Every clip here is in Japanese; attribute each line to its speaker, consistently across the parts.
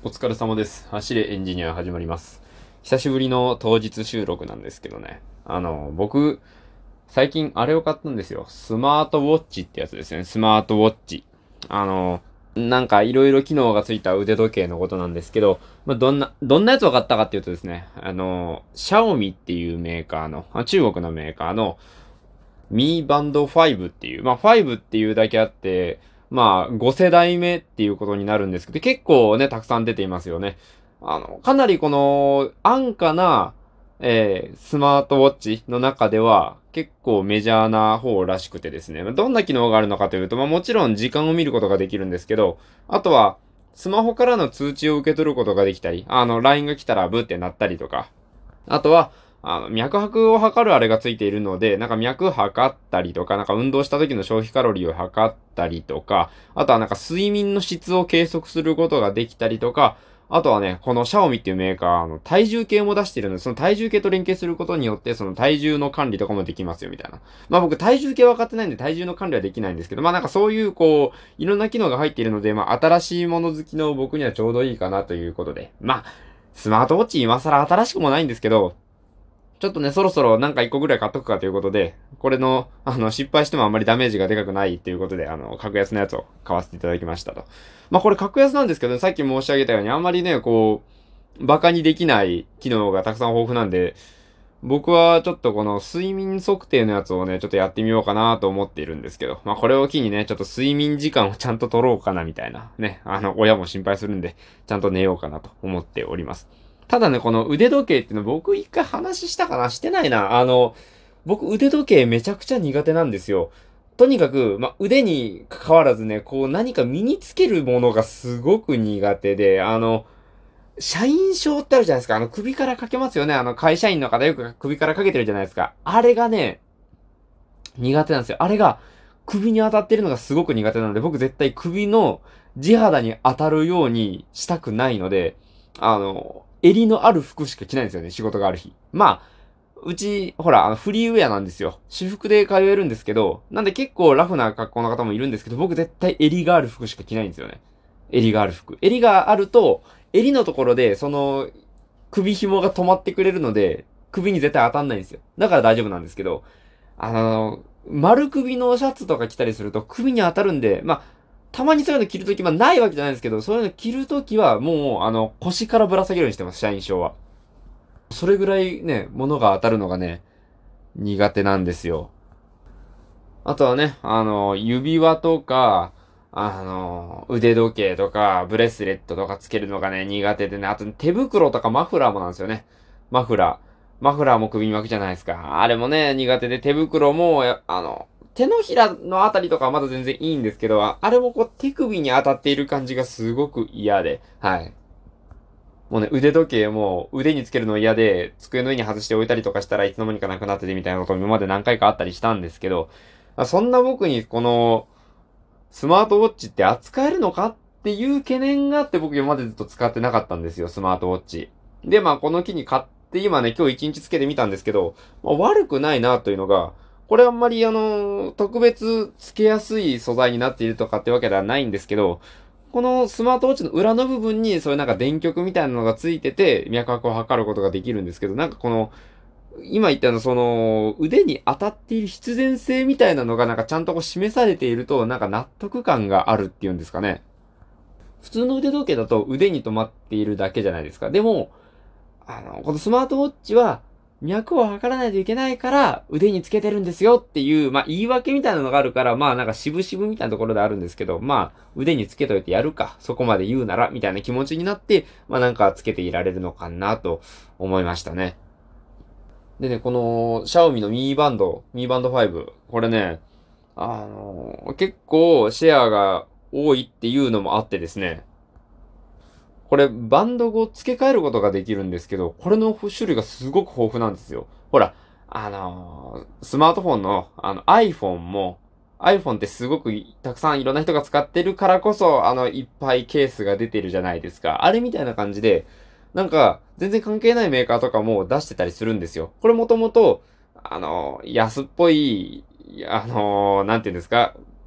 Speaker 1: お疲れ様です。走れエンジニア始まります。久しぶりの当日収録なんですけどね。僕、最近あれを買ったんですよ。スマートウォッチってやつですね。スマートウォッチ。あの、なんかいろいろ機能がついた腕時計のことなんですけど、どんなやつを買ったかっていうとですね、シャオミっていうメーカーの、中国のメーカーのミーバンド5っていう、5っていうだけあって、5世代目っていうことになるんですけど、結構ね、たくさん出ていますよね。かなりこの、安価な、スマートウォッチの中では、結構メジャーな方らしくてですね。どんな機能があるのかというと、もちろん時間を見ることができるんですけど、あとは、スマホからの通知を受け取ることができたり、LINE が来たらブーってなったりとか、あとは、脈拍を測るあれがついているので、なんか脈測ったりとか、なんか運動した時の消費カロリーを測ったりとか、あとはなんか睡眠の質を計測することができたりとか、あとはね、このシャオミっていうメーカーの体重計も出してるので、その体重計と連携することによって、その体重の管理とかもできますよ、みたいな。僕体重計分かってないんで体重の管理はできないんですけど、なんかそういうこう、いろんな機能が入っているので、新しいもの好きの僕にはちょうどいいかなということで。スマートウォッチ今更新しくもないんですけど、ちょっとね、そろそろなんか一個ぐらい買っとくかということで、これの、失敗してもあんまりダメージがでかくないということで、格安のやつを買わせていただきましたと。これ格安なんですけどね、さっき申し上げたように、あんまりね、こう、バカにできない機能がたくさん豊富なんで、僕はちょっとこの睡眠測定のやつをね、ちょっとやってみようかなと思っているんですけど、これを機にね、ちょっと睡眠時間をちゃんと取ろうかなみたいな、ね、親も心配するんで、ちゃんと寝ようかなと思っております。ただね、この腕時計っていうの僕一回話したかなしてないな。僕腕時計めちゃくちゃ苦手なんですよ。とにかく、腕に関わらずね、こう何か身につけるものがすごく苦手で、社員証ってあるじゃないですか。首からかけますよね。会社員の方よく首からかけてるじゃないですか。あれがね、苦手なんですよ。あれが、首に当たってるのがすごく苦手なので、僕絶対首の地肌に当たるようにしたくないので、襟のある服しか着ないんですよね。仕事がある日。うち、ほら、フリーウェアなんですよ。私服で通えるんですけど、なんで結構ラフな格好の方もいるんですけど、僕絶対襟がある服しか着ないんですよね。襟がある服。襟があると、襟のところで、その、首紐が止まってくれるので、首に絶対当たんないんですよ。だから大丈夫なんですけど、丸首のシャツとか着たりすると首に当たるんで、たまにそういうの着るとき、ないわけじゃないんですけど、そういうの着るときは、もう、腰からぶら下げるようにしてます、社員証は。それぐらいね、物が当たるのがね、苦手なんですよ。あとはね、指輪とか、腕時計とか、ブレスレットとかつけるのがね、苦手でね、あと手袋とかマフラーもなんですよね。マフラー。マフラーも首に巻くじゃないですか。あれもね、苦手で、手袋も、手のひらのあたりとかはまだ全然いいんですけど、あれもこう手首に当たっている感じがすごく嫌で、はい。もうね、腕時計も腕につけるの嫌で、机の上に外しておいたりとかしたらいつの間にかなくなっててみたいなことも今まで何回かあったりしたんですけど、そんな僕にこのスマートウォッチって扱えるのかっていう懸念があって僕今までずっと使ってなかったんですよ、スマートウォッチ。で、この機に買って今ね、今日一日つけてみたんですけど、悪くないなというのが、これあんまり特別つけやすい素材になっているとかってわけではないんですけど、このスマートウォッチの裏の部分にそういうなんか電極みたいなのがついてて脈拍を測ることができるんですけど、なんかこの今言ったその、腕に当たっている必然性みたいなのがなんかちゃんとこう示されていると、なんか納得感があるっていうんですかね。普通の腕時計だと腕に止まっているだけじゃないですか。でも、このスマートウォッチは、脈を測らないといけないから腕につけてるんですよっていう、言い訳みたいなのがあるから、なんか渋々みたいなところであるんですけど、腕につけといてやるか、そこまで言うなら、みたいな気持ちになって、なんかつけていられるのかなと思いましたね。でね、この、シャオミのミーバンド5、これね、結構シェアが多いっていうのもあってですね、これバンドを付け替えることができるんですけど、これの種類がすごく豊富なんですよ。ほら、スマートフォンの、iPhone も、iPhone ってすごくたくさんいろんな人が使ってるからこそ、いっぱいケースが出てるじゃないですか。あれみたいな感じで、なんか、全然関係ないメーカーとかも出してたりするんですよ。これもともと、安っぽい、なんていうんですか、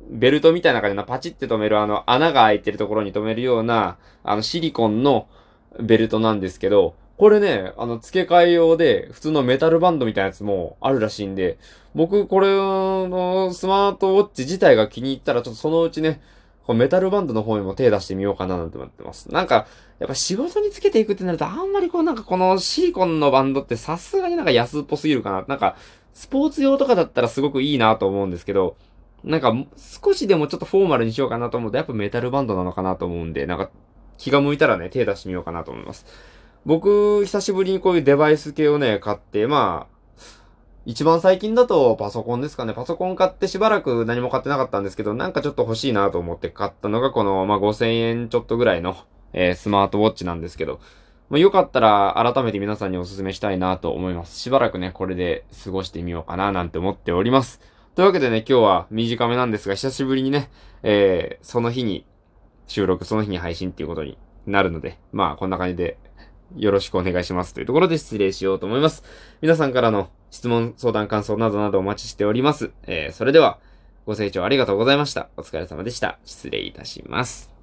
Speaker 1: ベルトみたいな感じのパチって止める穴が開いてるところに止めるような、シリコンのベルトなんですけど、これね、付け替え用で、普通のメタルバンドみたいなやつもあるらしいんで、僕、これのスマートウォッチ自体が気に入ったら、ちょっとそのうちね、こうメタルバンドの方にも手出してみようかななんて思ってます。なんか、やっぱ仕事につけていくってなると、あんまりこうなんかこのシリコンのバンドってさすがになんか安っぽすぎるかな。なんか、スポーツ用とかだったらすごくいいなと思うんですけど、なんか少しでもちょっとフォーマルにしようかなと思うと、やっぱメタルバンドなのかなと思うんで、なんか気が向いたらね、手出してみようかなと思います。僕、久しぶりにこういうデバイス系をね、買って、まあ、一番最近だとパソコンですかね。パソコン買ってしばらく何も買ってなかったんですけど、なんかちょっと欲しいなと思って買ったのがこの、まあ、5000円ちょっとぐらいの、スマートウォッチなんですけど、まあ、よかったら改めて皆さんにお勧めしたいなと思います。しばらくね、これで過ごしてみようかななんて思っております。というわけでね、今日は短めなんですが、久しぶりにね、その日に収録、その日に配信っていうことになるので、まあこんな感じでよろしくお願いしますというところで失礼しようと思います。皆さんからの質問、相談、感想などなどお待ちしております。それでは、ご清聴ありがとうございました。お疲れ様でした。失礼いたします。